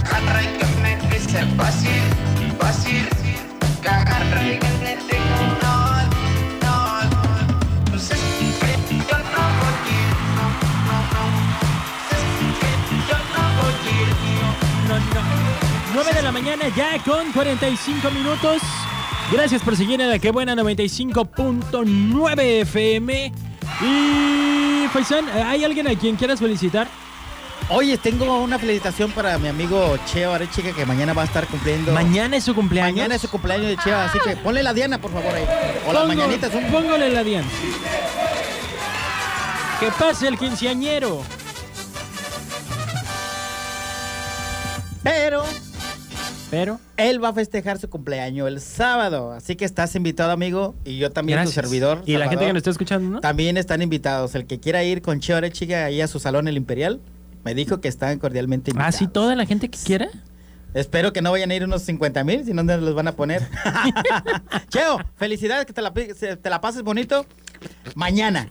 agarra y que me dice fácil, fácil, que agarra y que me digo no, pues es que yo no voy a ir, es que yo no voy a ir, no. 9 de la mañana ya con 45 minutos. Gracias por seguir en la Que Buena 95.9 FM. Y Faisán, ¿hay alguien a quien quieras felicitar? Oye, tengo una felicitación para mi amigo Cheo Arechiga, que mañana va a estar cumpliendo. ¿Mañana es su cumpleaños? Mañana es su cumpleaños de Cheo, así que ponle la Diana, por favor, ahí. O las mañanitas. Póngale la Diana. Que pase el quinceañero. Pero él va a festejar su cumpleaños el sábado, así que estás invitado, amigo, y yo también, gracias. Tu servidor. Y Salvador, la gente que nos está escuchando, ¿no? También están invitados. El que quiera ir con Cheo Arechiga ahí a su salón, el Imperial, me dijo que están cordialmente invitados. ¿Ah, sí? ¿Toda la gente que quiera? Espero que no vayan a ir unos 50,000, si no, ¿dónde los van a poner? Cheo, felicidades, que te la pases bonito. Mañana.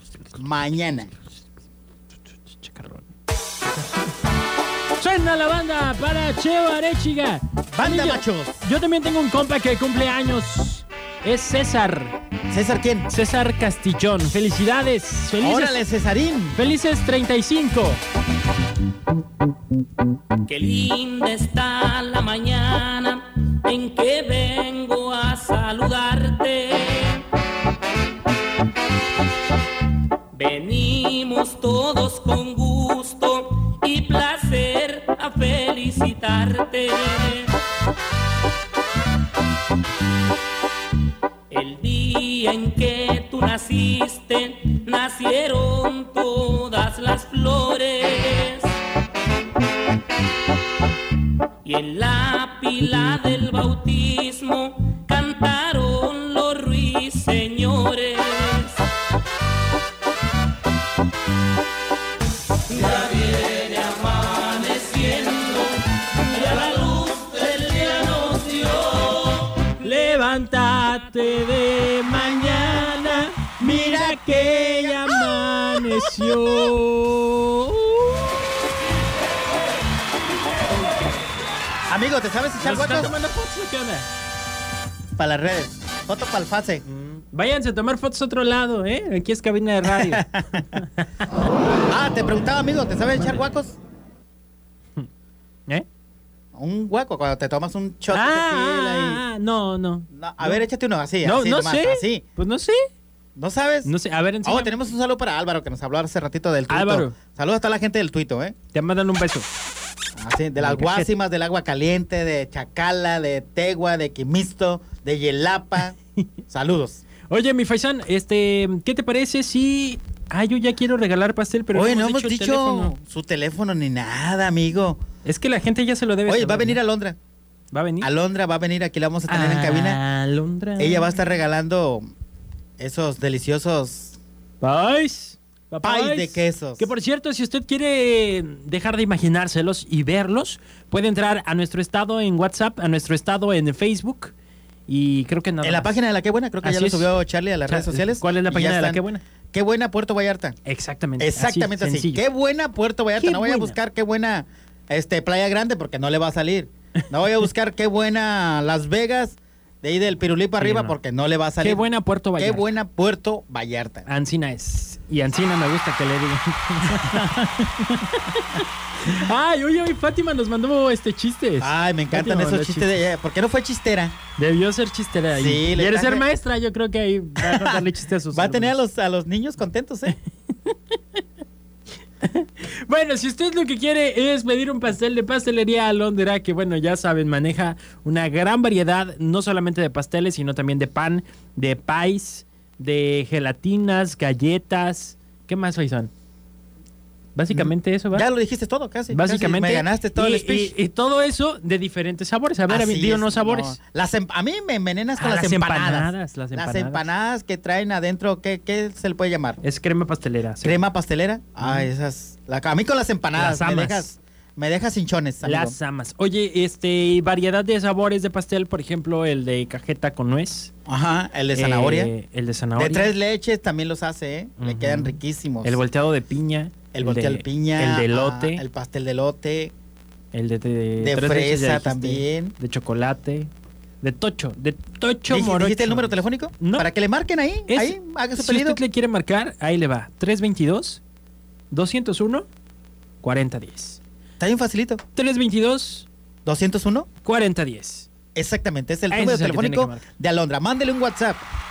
Suena la banda para Cheo Arechiga. Banda machos. Yo también tengo un compa que cumple años. Es César. ¿César quién? César Castillón. Felicidades. Felices. Órale, Cesarín. Felices 35. Qué linda está la mañana en que vengo a saludarte. Venimos todos con gusto y placer a felicitarte. El día en que tú naciste, nacieron todas las flores. Y en la pila del bautismo cantaron los ruiseñores. Ya viene amaneciendo, ya la luz del día nos dio. Levántate de mañana, mira que ya amaneció. Amigo, ¿te sabes echar ¿Están guacos? tomando fotos o qué onda? Para las redes. Foto para el face. Váyanse a tomar fotos a otro lado, ¿eh? Aquí es cabina de radio. Te preguntaba, amigo, ¿te sabes echar guacos? ¿Eh? Un guaco, cuando te tomas un shot de tequila y... No, a ver, échate uno así, no, así no nomás, sé. así. Pues no sé. ¿No sabes? No sé, a ver, enséñame. Tenemos un saludo para Álvaro, que nos habló hace ratito del tuito. Álvaro. Saludos a toda la gente del tuito, ¿eh? Te mandan un beso. Así, de las guásimas, del agua caliente, de Chacala, de Tegua, de Quimisto, de Yelapa. Saludos. Oye, mi Faisán, ¿qué te parece si... yo ya quiero regalar pastel, pero Oye, no hemos dicho teléfono. su teléfono ni nada, amigo. Es que la gente ya se lo debe Oye, saber, va a venir ¿no? Alondra. ¿Va a venir? Alondra va a venir, aquí la vamos a tener en cabina. Alondra. Ella va a estar regalando esos deliciosos Pais de quesos. Que por cierto, si usted quiere dejar de imaginárselos y verlos, puede entrar a nuestro estado en WhatsApp, a nuestro estado en Facebook. Y creo que nada En la más. página de La Qué Buena, creo que Así ya lo es. subió Charlie a las redes sociales. ¿Cuál es la y página ya de La están. Qué Buena? Qué Buena Puerto Vallarta. Exactamente. Exactamente así. Sencillo. Qué Buena Puerto Vallarta. Qué No voy a buena. buscar Qué Buena Playa Grande porque no le va a salir. No voy a buscar Qué Buena Las Vegas, de ahí del Pirulí para arriba, no. porque no le va a salir. Qué Buena Puerto Vallarta. Qué Buena Puerto Vallarta. Ancina es. Y Ancina me gusta que le digan. Ay, oye, hoy Fátima nos mandó chistes. Ay, me encantan Fátima esos mandó chistes de ella. ¿Por qué no fue chistera? Debió ser chistera. Sí, y le quiere ser traje- maestra, yo creo que ahí va a contarle chistes a sus Va a tener alumnos. a los niños contentos, ¿eh? Bueno, si usted lo que quiere es pedir un pastel de Pastelería Alondra, que bueno, ya saben, maneja una gran variedad, no solamente de pasteles, sino también de pan, de pies, de gelatinas, galletas. ¿Qué más, Faisán? Básicamente eso, ¿va? Ya lo dijiste todo, casi. Básicamente. Casi me ganaste todo el speech. Y todo eso de diferentes sabores. A ver, Así di es, unos sabores. no. A mí me envenenas con Ah, las las empanadas. empanadas, las empanadas. Las empanadas que traen adentro, ¿qué se le puede llamar? Es crema pastelera. sí. ¿Crema pastelera? Esas. A mí con las empanadas Las me amas. dejas hinchones, amigo. Las amas. Oye, variedad de sabores de pastel, por ejemplo, el de cajeta con nuez. Ajá, el de zanahoria. El de zanahoria. De 3 leches también los hace, ¿eh? Le Ujú. quedan riquísimos. El volteado de piña. El volteado de piña. El de ajá, elote. el pastel de elote. El de De tres leches, ya fresa dijiste. también. De chocolate. De tocho morocho. ¿Dijiste el número telefónico? No. Para que le marquen ahí. Es- Ahí, haga su Si pedido. usted le quiere marcar, ahí le va. 322-201-4010. Está bien facilito. 322-4010. 201. Exactamente, es el Ese número es el que tiene telefónico que marcar. de Alondra. Mándele un WhatsApp